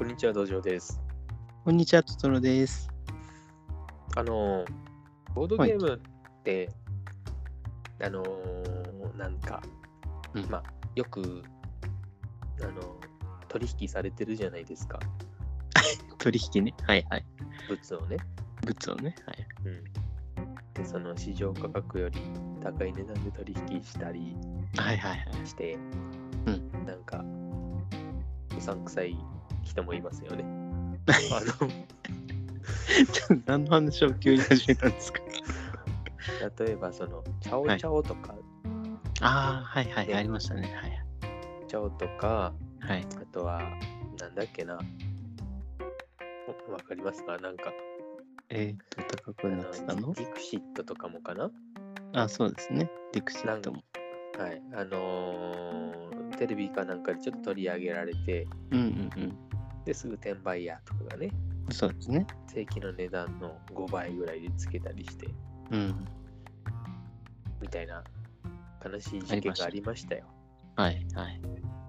こんにちは、道場です。 こんにちは、トトロです。 ボードはい。 ゲームって、なんか、 うんまあ、よく、取引されてるじゃないですか。 取引ね。はいはい。 物をね。 物をね。はい。 うん。で、その市場価格より高い値段で取引したりはいはいはい。 して、 うんなんか、うさんくさい人もいますよね。 何の話を急に始めたんですか？ 例えば、その、チャオはい。 チャオとか、 ああ、はいはい、 ね、 ありましたね。はいチャオとか、 はい。 あとは、なんだっけな、わかりますか？なんか、 高くなってたの？ ディクシットとかもかな。 あ、そうですね。ディクシットも。 はい。テレビかなんかでちょっと取り上げられて、 うんですぐ転売ヤーとかがね、 そうですね。 正規の値段の5倍ぐらいでつけたりして、みたいな悲しい事件がありましたよ。 はいはい。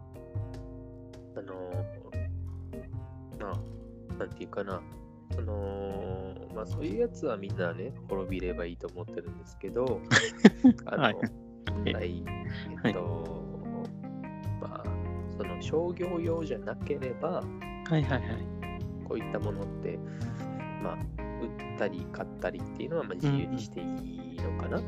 なんていうかな、そういうやつはみんなね、滅びればいいと思ってるんですけど、 はい。 本来、その商業用じゃなければ、 はいはいはい。 こういったものって、売ったり買ったりっていうのは自由にしていいのかな。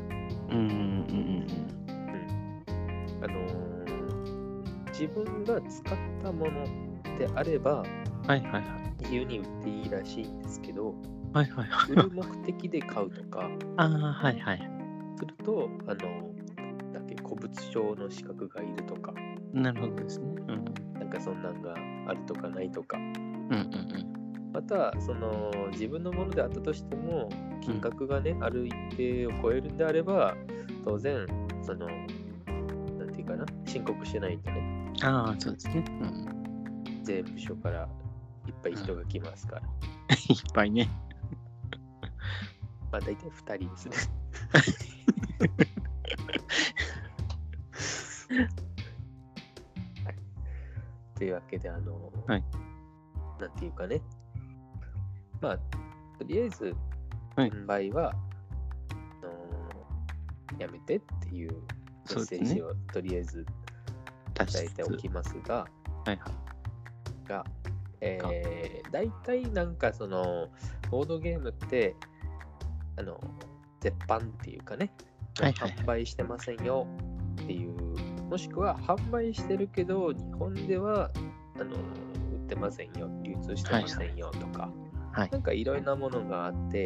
自分が使ったものであれば、 はいはいはい。 自由に売っていいらしいんですけど、 はいはいはい。 売る目的で買うとか、 ああ、はいはい。 すると、古物商の資格がいるとか、 なるほどですね。 なんかそんなんがあるとかないとか、または自分のものであったとしても金額がね、ある一定を超えるんであれば当然なんていうかな、申告しないとね、 ああ、そうですね。 税務署からいっぱい人が来ますから、 いっぱいね。 大体2人ですね。はい、というわけではい、なんていうかね、とりあえず転売は、やめてっていうメッセージをとりあえず伝えておきますが、大体なんかボードゲームって絶版っていうかね、販売してませんよっていう、もしくは販売してるけど日本では売ってませんよ、流通してませんよとか、なんかいろいろなものがあって、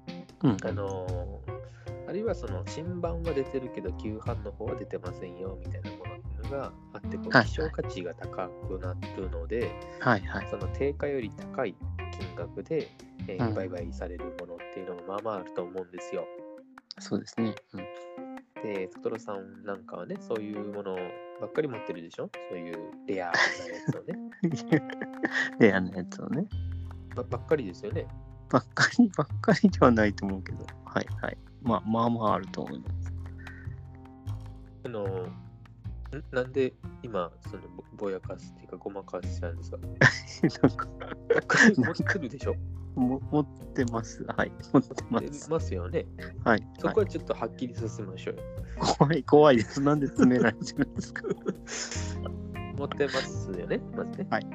あるいは新版は出てるけど旧版の方は出てませんよみたいなものっていうのがあって、希少価値が高くなるので、その定価より高い金額で、売買されるものっていうのもまあまああると思うんですよ。 そうですね。 で、トトロさんなんかはね、そういうものばっかり持ってるでしょ？そういうレアなやつをね。 レアなやつをね。 ばっかりですよね。 ばっかりではないと思うけど、はいはい。まああると思います。 なんで今、ぼやかすっていうかごまかしたんですか？ なんか、 持ってるでしょ？ 持ってます。はい。持ってます。 ますよね。 はい。 そこはちょっとはっきりさせましょうよ。 怖いです。なんで詰められてるんですか？ 持ってますよね、まずね。 はい。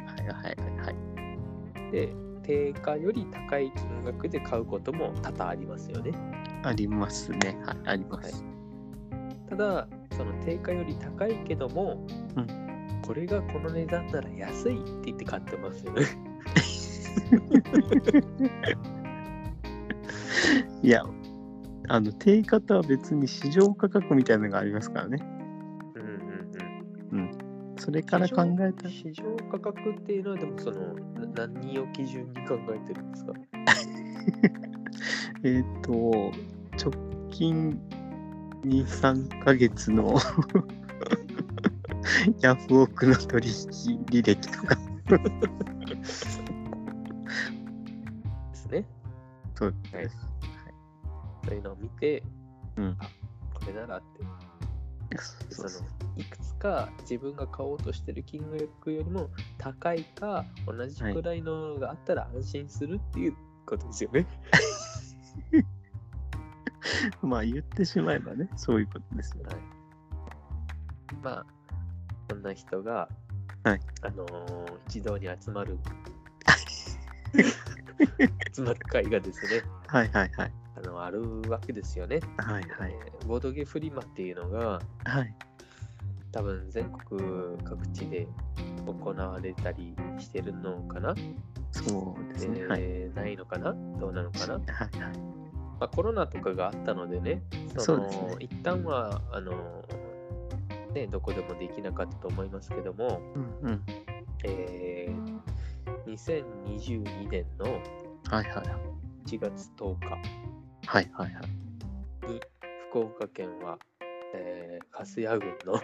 で、定価より高い金額で買うことも多々ありますよね。 ありますね。はい、あります。 ただ、その定価より高いけども、これがこの値段なら安いって言って買ってますよね。 いや、定価とは別に市場価格みたいなのがありますからね。それから考えた市場価格っていうのはでも何を基準に考えてるんですか？ 直近2、3ヶ月のヤフオクの取引履歴とかですね。 そうです。 そういうのを見て、 これならってそのいくつか自分が買おうとしてる金額よりも高いか同じくらいのがあったら安心するっていうことですよね。 まあ言ってしまえばね、そういうことですよ。 はい、まあそんな人が、 はい、 一堂に集まる会がですね、 はいはいはい。 あるわけですよね。 はいはい。 ボードゲーフリマっていうのが、 はい。 多分全国各地で行われたりしてるのかな。 そうですね。はい。 ないのかな、どうなのかな。 はいはい。 まあ、コロナとかがあったのでね、 そうですね。 一旦はね、どこでもできなかったと思いますけども、 うんうん。 2022年のはいはい。 1月10日はいはいはい。 に福岡県は、粕谷郡の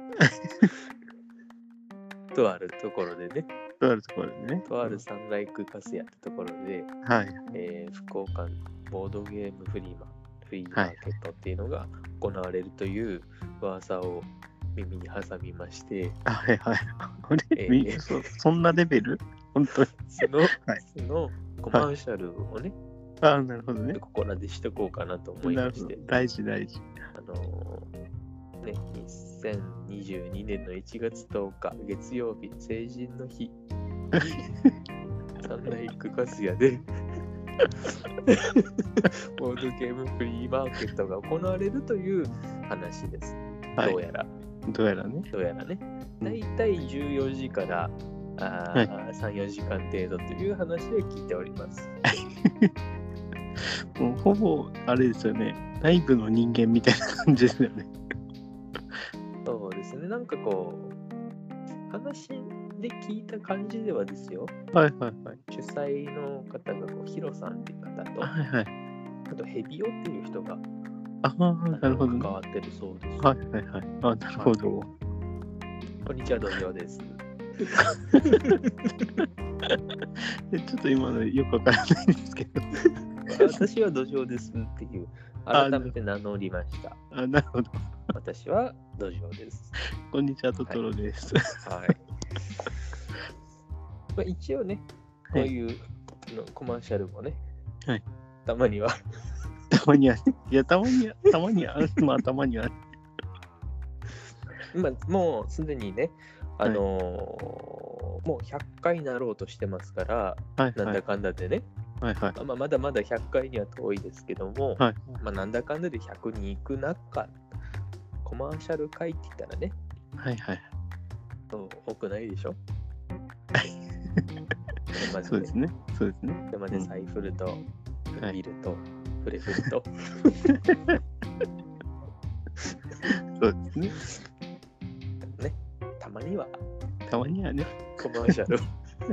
とあるところでね、 とあるところでね。 とあるサンライク粕谷ってところで、 はい。 福岡ボードゲームフリーマーケットっていうのが行われるという噂を耳に挟みまして、 はいはい。そんなレベル本当に。 そのコマーシャルをね、 なるほどね。 ここらでしとこうかなと思いまして。 大事大事。 ね、2022年の1月10日月曜日、成人の日にサンライク粕谷でボードゲームフリーマーケットが行われるという話です。 はい、 どうやらね。だいたい14時から3、4時間程度という話を聞いております。 もうほぼあれですよね。内部の人間みたいな感じですよね。 そうですね。なんかこう、話で聞いた感じではですよ。 はいはいはい。 主催の方がヒロさんっていう方と、 はいはい。 あとヘビオっていう人がなるほど、ね、 関わってるそうです。 はいはいはい。なるほど。 こんにちは、土壌です。 ちょっと今のよくわからないんですけど。 私は土壌ですっていう、改めて名乗りました。 なるほど。 私は土壌です。 こんにちは、トトロです。 はい。まあ、一応ね、こういうのコマーシャルもね、 はい、 たまには。 たまにはね。いや、たまには。まあ、たまには。 今、もうすでにね、もう100回になろうとしてますから、 はいはい、 なんだかんだでね、 はいはい、 まあ、まだまだ100回には遠いですけども、 はい、 まあ、なんだかんだで100に行く中、コマーシャル回って言ったらね、 はいはい。 多くないでしょそうですね。そうですね。 これまでサイフルと、ビルと、フレフルと。 そうですね。ね、たまにはね。 コマーシャル。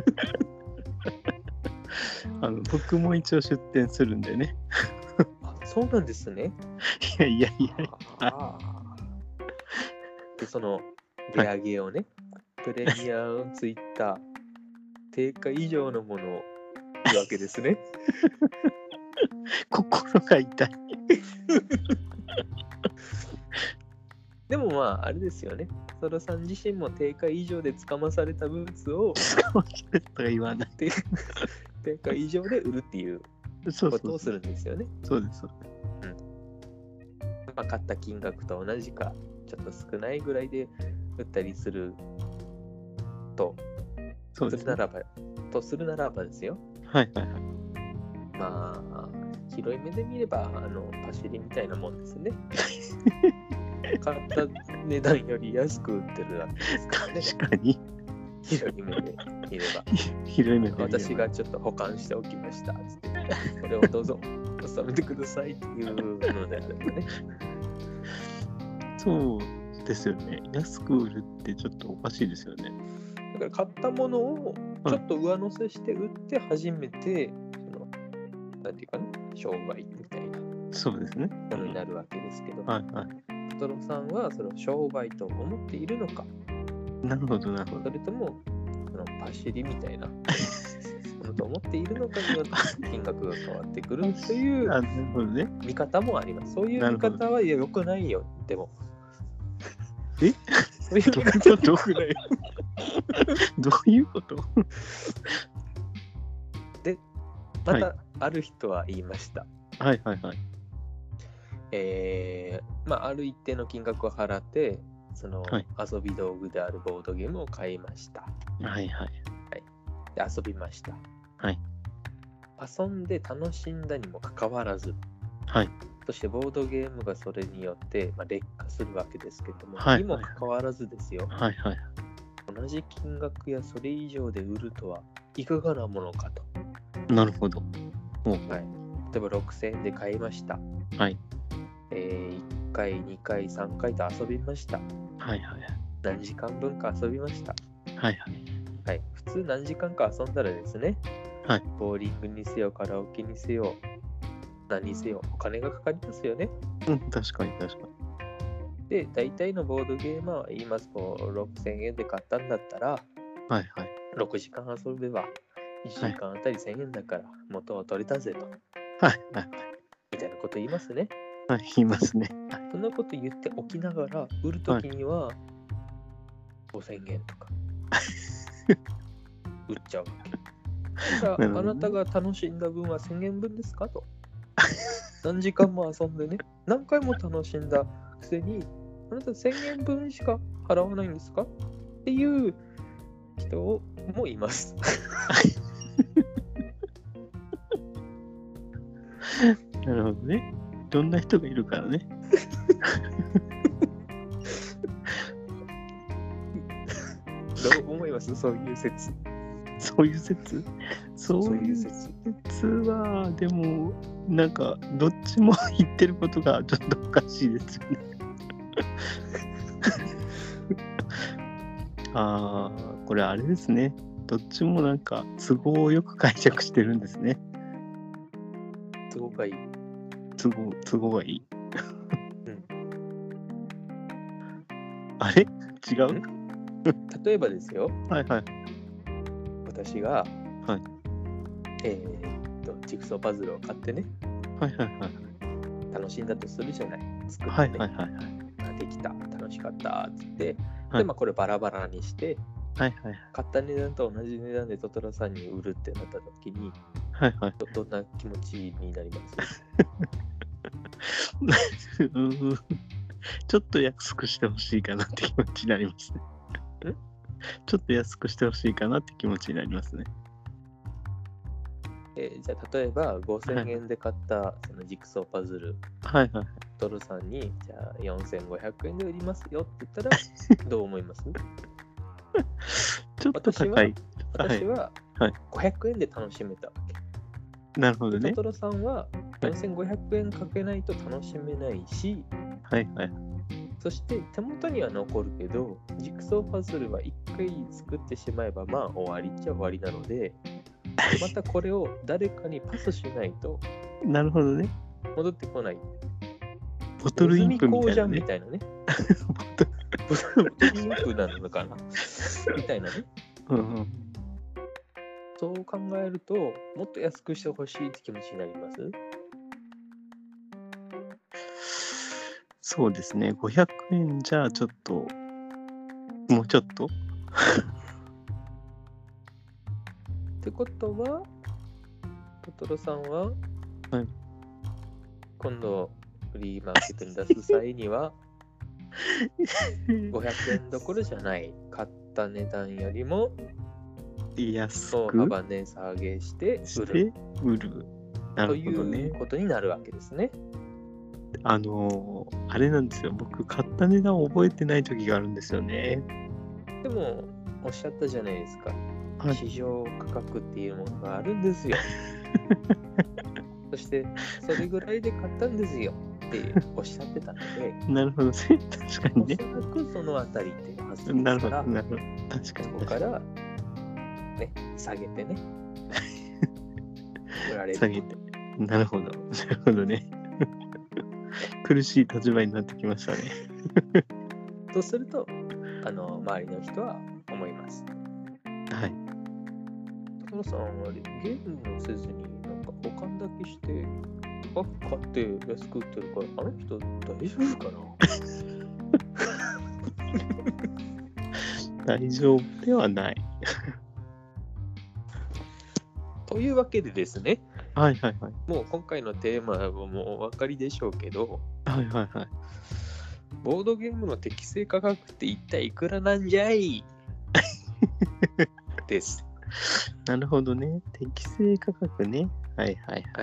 僕も一応出店するんでね。 あ、そうなんですね。 いや。 で、その値上げをね、プレミアムツイッター、定価以上のものを言うわけですね。 心が痛い。 でもまあ、あれですよね。ソロさん自身も定価以上でつかまされたブーツをつかまされたとか言わない。 定価以上で売るっていうことをするんですよね。 そうです。 まあ、買った金額と同じか、ちょっと少ないぐらいで売ったりすると、するならばですよ。 はいはいはい。 まあ、広い目で見れば、パシリみたいなもんですね。買った値段より安く売ってるわけですからね。 確かに。 広い目で見れば。 広い目で私がちょっと保管しておきました。つってこれをどうぞ収めてくださいっていうのであればね。 そうですよね。安く売るってちょっとおかしいですよね。 だから買ったものをちょっと上乗せして売って初めて、なんていうかね、商売みたいなそうですね。 ものになるわけですけど、 はいはい。 トトロさんはそれを商売と思っているのか、 なるほどなるほど。 それともパシリみたいなものと思っているのかによって金額が変わってくるという見方もあります。そういう見方は良くないよ。でもそういうどういうことどういうことで、またある人は言いました。 はいはいはい。 ある一定の金額を払って、そのはい遊び道具であるボードゲームを買いました。 はいはい。 で、遊びました。 はい。 遊んで楽しんだにもかかわらず、 はい。 そしてボードゲームがそれによって、劣化するわけですけども、 はいにもかかわらずですよ、 はいはい。 同じ金額やそれ以上で売るとはいかがなものかと。 なるほど。 はい。例えば6000円で買いました。 はい。 1回、2回、3回と遊びました。 はいはい。 何時間分か遊びました。 はいはい。 はい。普通何時間か遊んだらですね、 はい。 ボーリングにせよ、カラオケにせよ、何にせよ、お金がかかりますよね。 うん、確かに確かに。 で、大体のボードゲーマーは言いますと、6000円で買ったんだったら、 はいはい。 6時間遊べば、1時間あたり1000円だから元を取れたぜと。 はいはい。 みたいなこと言いますね。 はい、言いますね。 そんなこと言っておきながら、売るときには、5000円とか、売っちゃうわけ。じゃあ、あなたが楽しんだ分は1000円分ですかと。何時間も遊んでね、何回も楽しんだくせに、あなた1000円分しか払わないんですかっていう人もいます。 なるほどね。どんな人がいるからね。 どう思います？そういう説。 そういう説は、でも、なんか、どっちも言ってることがちょっとおかしいですよね。これあれですね。どっちもなんか、都合をよく解釈してるんですね。 都合がいい。 都合がいい。 うん、 あれ違う？ 例えばですよ。 はいはい。 私が、 はい、 ジグソーパズルを買ってね、 はいはいはい、 楽しんだとするじゃない。作ってね、 はいはいはいはい、 できた、楽しかったって言って、 はい、 でこれバラバラにして、 はいはい、 買った値段と同じ値段でトトロさんに売るってなった時に、 はいはい、 どんな気持ちになりますちょっと安くしてほしいかなって気持ちになりますね。ちょっと安くしてほしいかなって気持ちになりますね。 じゃあ例えば5000円で買ったそのジグソーパズル、 はいはい、 トロさんにじゃあ4500円で売りますよって言ったらどう思います？ ちょっと高い。 私は500円で楽しめたわけ。 なるほどね。 トトロさんは4500円かけないと楽しめないし、 はいはい。 そして手元には残るけど、ジグソーパズルは1回作ってしまえばまあ終わりっちゃ終わりなので、またこれを誰かにパスしないとなるほどね。 戻ってこない。 ボトルインプみたいなね。 みたいなね。ボトルインプなのかなみたいなね。 うんうん、 そう考えると、もっと安くしてほしいって気持ちになります？ そうですね。500円じゃあちょっと、もうちょっとってことは、トトロさんは、 はい、 今度フリーマーケットに出す際には500円どころじゃない、買った値段よりも安く大幅値下げして売るなるほどね、 ということになるわけですね。 あれなんですよ。僕買った値段を覚えてない時があるんですよね。 でもおっしゃったじゃないですか、はい、市場価格っていうものがあるんですよ。そしてそれぐらいで買ったんですよっておっしゃってたのでなるほどね。確かにね。 おそらくそのあたりっていうはずですから、 なるほどなるほど、確かにそこからね下げてね売られる。 下げて、なるほどなるほどね。苦しい立場になってきましたね。 とすると周りの人は思います。 はい。 トトロさんはゲームもせずになんか保管だけして買って安く売ってるから、あの人大丈夫かな大丈夫ではない。 というわけでですね、 はいはいはい。 もう今回のテーマはもうお分かりでしょうけど、 はいはいはい。 ボードゲームの適正価格って一体いくらなんじゃいです。 なるほどね。適正価格ね。はいはいはい。 はい。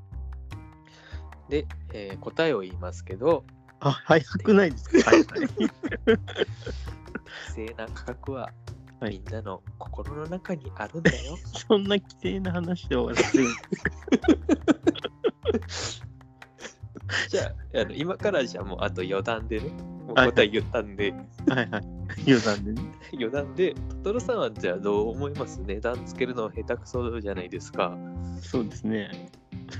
で、答えを言いますけど、 あ、早くないですか？はいはい。 適正な価格ははいみんなの心の中にあるんだよ。 そんな規定な話で終わらせるんですか？ じゃあ、今からじゃあもうあと余談でね、もうはいはい答え言ったんで、 はいはい。余談でね。 余談で、トトロさんはじゃあどう思います？値段つけるの下手くそじゃないですか。 そうですね。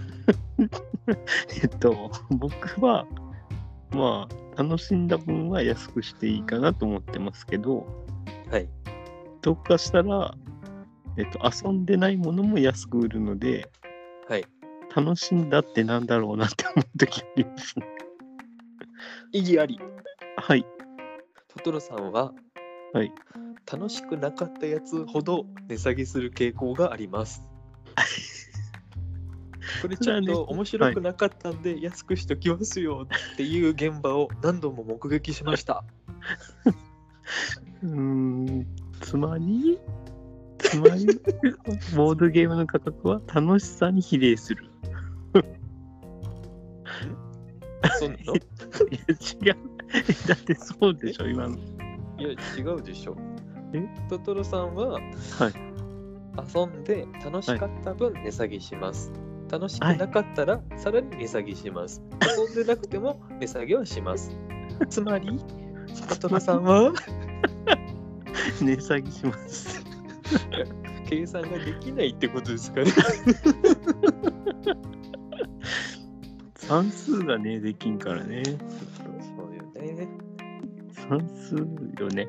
僕は、まあ、楽しんだ分は安くしていいかなと思ってますけど、 はい。 どっかしたら、遊んでないものも安く売るので、 はい。 楽しんだってなんだろうなって思うときありますね。 意義あり。 はい。 トトロさんははい。 楽しくなかったやつほど値下げする傾向があります。これちょっと面白くなかったんで安くしときますよっていう現場を何度も目撃しました。 つまりボードゲームの価格は楽しさに比例する。 そうなの？ いや違う。だってそうでしょ今の。 いや違うでしょ。 え？ トトロさんは、 はい。 遊んで楽しかった分値下げします。楽しくなかったらさらに値下げします。遊んでなくても値下げはします。つまり、トトロさんは値下げします。 計算ができないってことですかね。 算数がね、できんからね。 そうよね。 算数よね。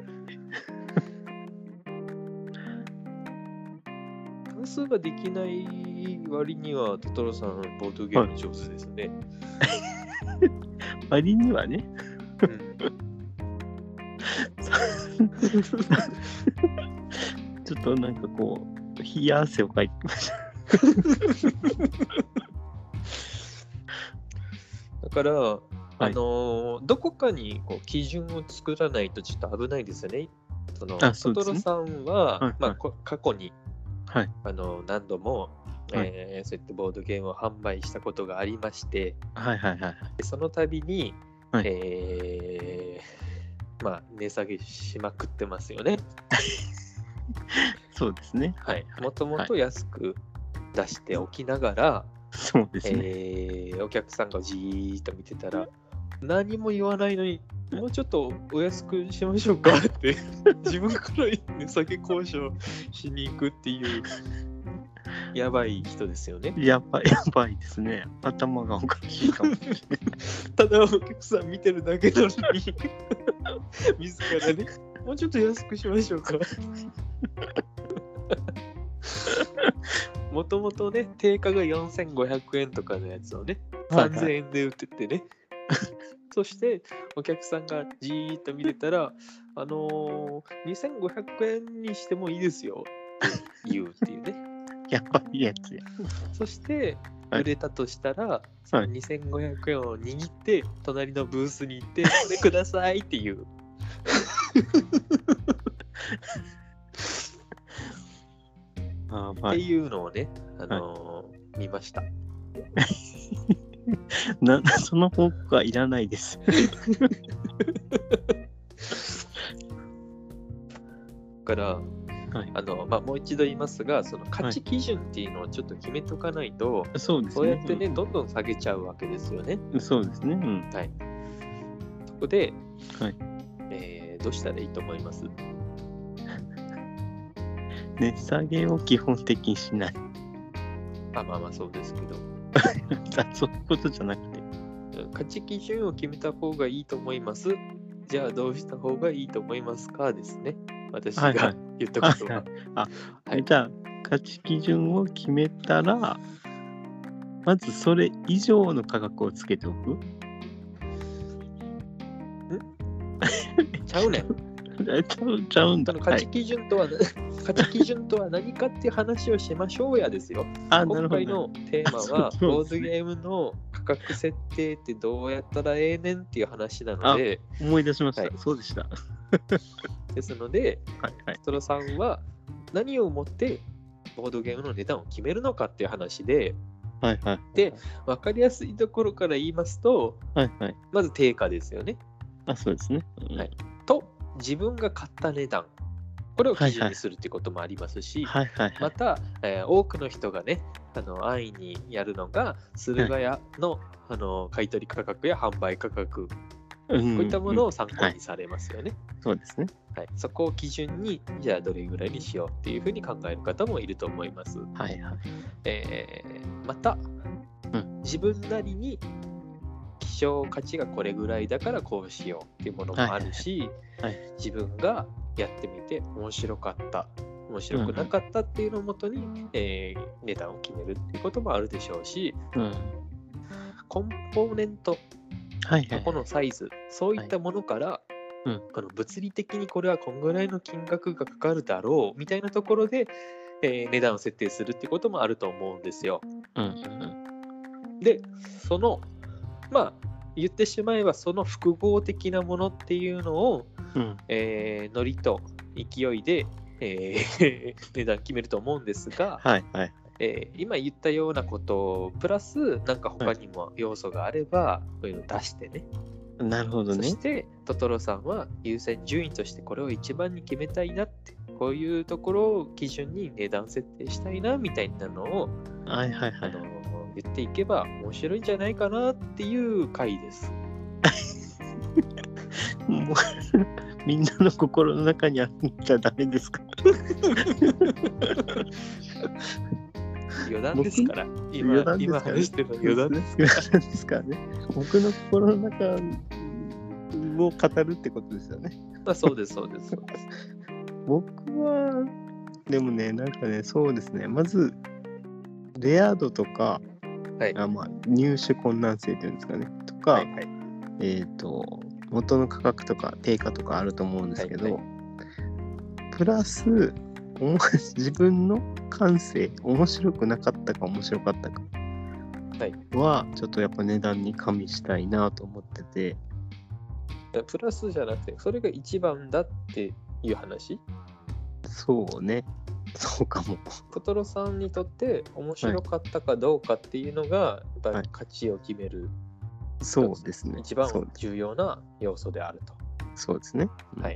算数ができない割にはトトロさんボードゲーム上手ですね。 割にはね。ちょっとなんかこう冷や汗をかいてました。 だから、どこかにこう基準を作らないとちょっと危ないですよね。トトロさんは、過去に、何度も、そういったボードゲームを販売したことがありまして、その度に、値下げしまくってますよね。 そうですね。 もともと安く出しておきながら、 そうですね。 お客さんがじーっと見てたら、何も言わないのに、もうちょっとお安くしましょうかって自分から値下げ交渉しに行くっていうやばい人ですよね。 やばいですね。頭がおかしいかもしれない。 ただお客さん見てるだけなのに自らね、もうちょっと安くしましょうか。もともとね、定価が4500円とかのやつをね、3000円で売っててね。そしてお客さんがじーっと見てたら、2500円にしてもいいですよって言うっていうね。 やばいやつや。 そして売れたとしたら、その2500円を握って隣のブースに行ってこれくださいっていう。っていうのをね、見ました。 その報告はいらないです。 だから、もう一度言いますが、その価値基準っていうのをちょっと決めとかないと、そうやってね、どんどん下げちゃうわけですよね。 そうですね。 そこで、どうしたらいいと思います？ 値下げを基本的にしない。 そうですけど。 そういうことじゃなくて。 価値基準を決めた方がいいと思います。じゃあどうした方がいいと思いますかですね。私が言ったことは。 じゃあ価値基準を決めたら、まずそれ以上の価格をつけておく。 ちゃうねん。 ちゃうんだ。 その価値基準とは、価値基準とは何かっていう話をしましょうやですよ。今回のテーマは、ボードゲームの価格設定ってどうやったらええねんっていう話なので、 思い出しました。 はい、 そうでした。 ですので、 はいはい、 トロさんは何をもってボードゲームの値段を決めるのかっていう話で、 はいはい、 で、分かりやすいところから言いますと、 はいはい、 まず定価ですよね。 そうですね。 はい、と、自分が買った値段。これを基準にするっていうこともありますし、また、多くの人がね、安易にやるのが、駿河屋の、買取価格や販売価格、こういったものを参考にされますよね。 そうですね。 はい、そこを基準に、じゃあどれぐらいにしようっていうふうに考える方もいると思います。 はいはい。 また、自分なりに希少価値がこれぐらいだからこうしようっていうものもあるし、自分がやってみて面白かった、面白くなかったっていうのをもとに、値段を決めるっていうこともあるでしょうし、コンポーネント、このサイズ、そういったものから、物理的にこれはこんぐらいの金額がかかるだろうみたいなところで、値段を設定するっていうこともあると思うんですよ。で、その言ってしまえばその複合的なものっていうのを、ノリと勢いで、値段決めると思うんですが、今言ったようなことプラスなんか他にも要素があれば、こういうのを出してね。 なるほどね。 そしてトトロさんは優先順位としてこれを一番に決めたいなって、こういうところを基準に値段設定したいなみたいなのを、言っていけば面白いんじゃないかなっていう回です。 もうみんなの心の中にあったらダメですか？ 余談ですから。今話してるの余談ですからね。僕の心の中を語るってことですよね。 そうですそうです。 僕はでもね、なんかね、そうですね。まずレア度とか、入手困難性っていうんですかね。とか、元の価格とか定価とかあると思うんですけど、プラス自分の感性、面白くなかったか面白かったかは、ちょっとやっぱ値段に加味したいなと思ってて。 プラスじゃなくて、それが一番だっていう話？ そうね。そうかも。 トトロさんにとって面白かったかどうかっていうのが、やっぱり価値を決める、 そうですね。 一番重要な要素であると。 そうですね。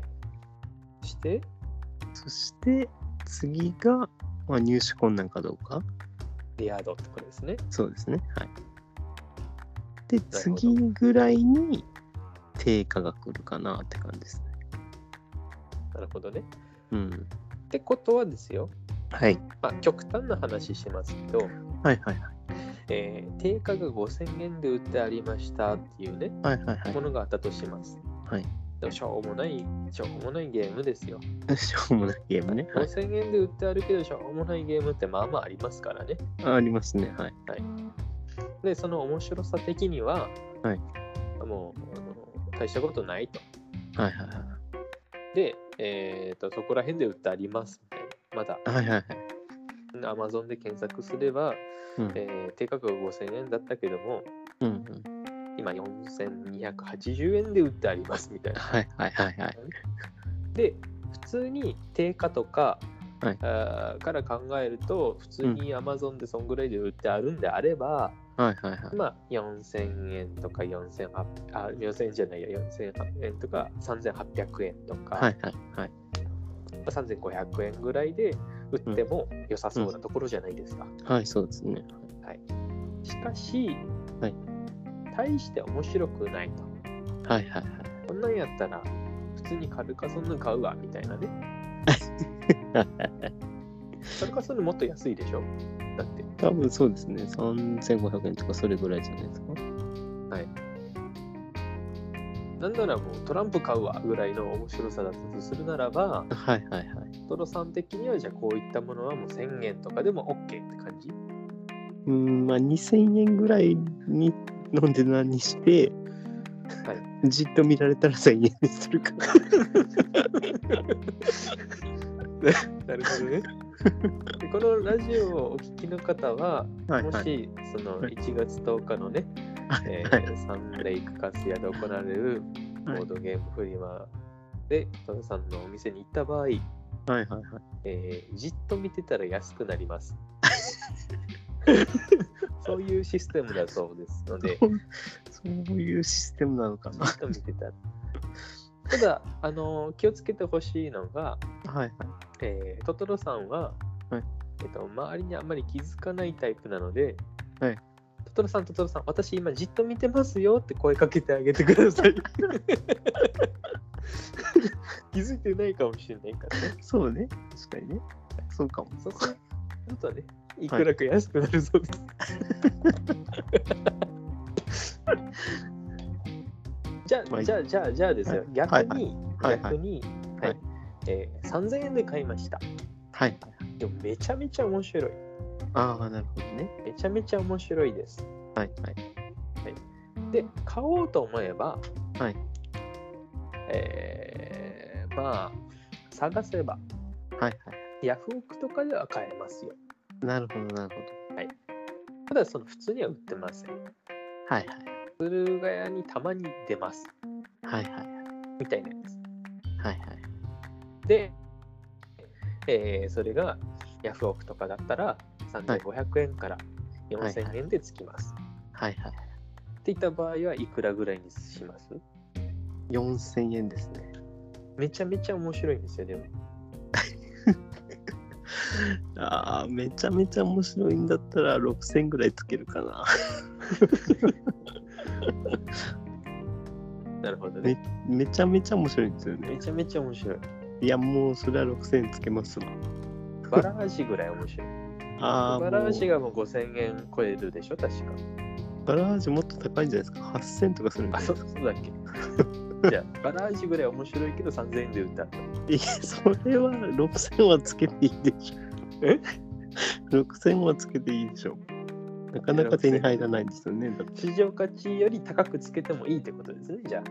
そして次が、入手困難かどうか。 レア度ってことですね。 そうですね。で、次ぐらいに定価が来るかなって感じですね。 なるほどね。ってことはですよ。極端な話しますけど、定価が5000円で売ってありましたっていうね、ものがあったとします。でもしょうもないゲームですよ。 しょうもないゲームね。 5000円で売ってあるけど、しょうもないゲームってまあまあありますからね。 ありますね。 で、その面白さ的には、もう大したことないと。で、そこら辺で売ってありますみたいな。まだ、Amazon で検索すれば、定価格が5000円だったけども、今4280円で売ってありますみたいな。で、普通に定価とか、から考えると、普通に Amazon でそんぐらいで売ってあるんであれば、4000円とか4000円じゃないや、4800円とか3800円とか、3500円ぐらいで売っても良さそうなところじゃないですか。 そうですね。 しかし、大して面白くないと。こんなんやったら普通にカルカソンヌ買うわみたいなね。カルカソンヌもっと安いでしょ？だって。 多分そうですね。3500円とかそれぐらいじゃないですか。 なんならもうトランプ買うわぐらいの面白さだったとするならば、トロさん的にはじゃあこういったものはもう1000円とかでも OK って感じ ？2000円ぐらいにの値段にして、じっと見られたら1000円にするかなるほどね。でこのラジオをお聞きの方は、 はいはい、 もしその1月10日のね、サンレイクカスヤで行われるボードゲームフリマでトラさんのお店に行った場合、 はいはいはい、 じっと見てたら安くなります。そういうシステムだそうですので、 そういうシステムなのかな。 じっと見てたら。ただ気をつけてほしいのが、 はいはい、 トトロさんは、 はい、 周りにあんまり気づかないタイプなので、 はい、 トトロさん、私今じっと見てますよって声かけてあげてください。気づいてないかもしれないからね。 そうね、確かにね。そうかも。 そうするとね、いくらか安くなるそうです。じゃあですよ、逆に、3000円で買いました。 はい。 でもめちゃめちゃ面白い。 ああ、なるほどね。 めちゃめちゃ面白いです。 はいはい。 で、買おうと思えば、 はい。 まあ、探せば、 はいはい。 ヤフオクとかでは買えますよ。 なるほど、なるほど。 はい。ただ、普通には売ってません。 はいはい。 駿河屋にたまに出ます。 はいはい。 みたいなやつ。 はいはい。 で、それがヤフオクとかだったら3500円から4000円でつきます。 はいはい。 っていった場合はいくらぐらいにします？ 4000 円ですね。 めちゃめちゃ面白いんですよ、でも。 めちゃめちゃ面白いんだったら6000ぐらいつけるかな。 なるほどね。 めちゃめちゃ面白いんですよね。 めちゃめちゃ面白い。 いや、もうそれは6000つけますわ。 バラージぐらい面白い。バラージがもう5000円超えるでしょ、確か。 バラージもっと高いんじゃないですか。8000とかするんですか。 そうだっけ。じゃあ、バラージぐらい面白いけど3000円で売った。 いや、それは6000はつけていいでしょ。6000はつけていいでしょ。なかなか手に入らないんですよね。 市場価値より高くつけてもいいってことですね、じゃあ。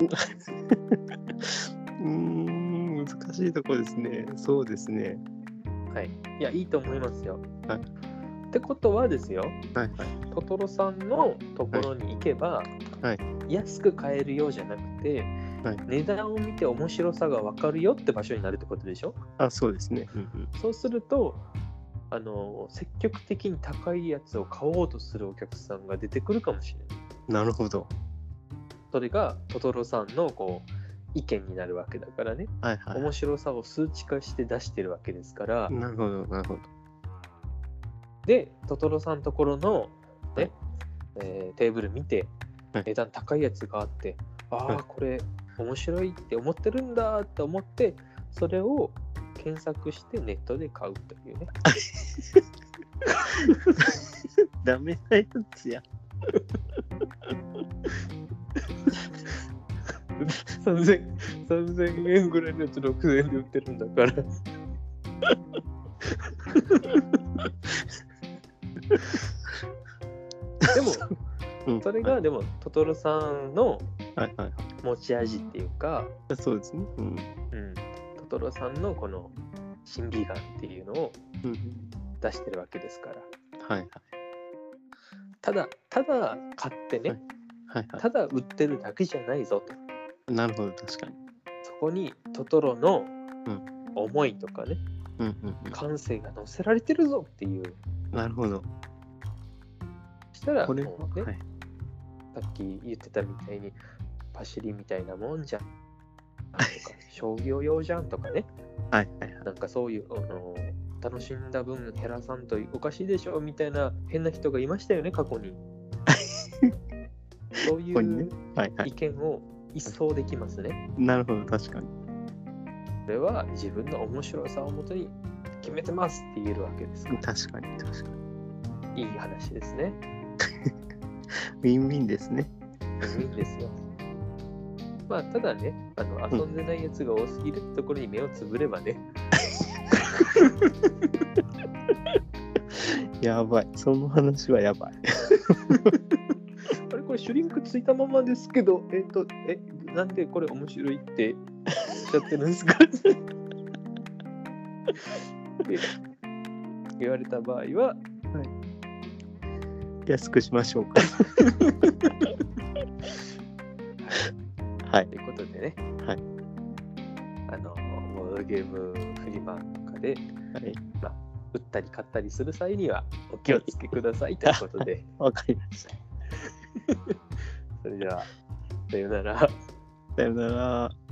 難しいとこですね。そうですね。 はい。いや、いいと思いますよ。 はい。 ってことはですよ、 はいはい、 トトロさんのところに行けば、 はい、 安く買えるようじゃなくて、はい、値段を見て面白さが分かるよって場所になるってことでしょ？ そうですね。 そうすると、積極的に高いやつを買おうとするお客さんが出てくるかもしれない。 なるほど。 それがトトロさんの意見になるわけだからね、 はいはい、 面白さを数値化して出してるわけですから。 なるほど、なるほど。 で、トトロさんのところの、ね、テーブル見て、値段高いやつがあって、これ面白いって思ってるんだって思って、それを検索してネットで買うというね。 ダメなやつや。 3000円ぐらいのやつ6000円で売ってるんだから。でも、それがでもトトロさんの持ち味っていうか、 そうですね。 トトロさんのこの審美眼っていうのを出してるわけですから。 はいはい。 ただ買ってね、ただ売ってるだけじゃないぞと。なるほど、確かに。 そこにトトロの思いとかね、感性が乗せられてるぞっていう。 なるほど。 そしたらこれもうね、さっき言ってたみたいにパシリみたいなもんじゃんとか商業用じゃんとかね、なんかそういう楽しんだ分減らさんとおかしいでしょみたいな変な人がいましたよね、過去に。そういう意見を一掃できますね。 なるほど、確かに。 これは自分の面白さをもとに決めてますって言えるわけですから。 確かに。 いい話ですね。 ウィンウィンですね。 ウィンウィンですよ。まあ、ただね、遊んでないやつが多すぎるところに目をつぶればね。 やばい。その話はやばい。 あれ、これシュリンクついたままですけど、 なんでこれ面白いっておっしゃってるんですかって言われた場合は、 安くしましょうか。はい。 ということでね、 はい。 ボードゲームフリマとかで、まあ、売ったり買ったりする際にはお気をつけくださいということで。 わかりました。 それでは、さよなら。 さよなら。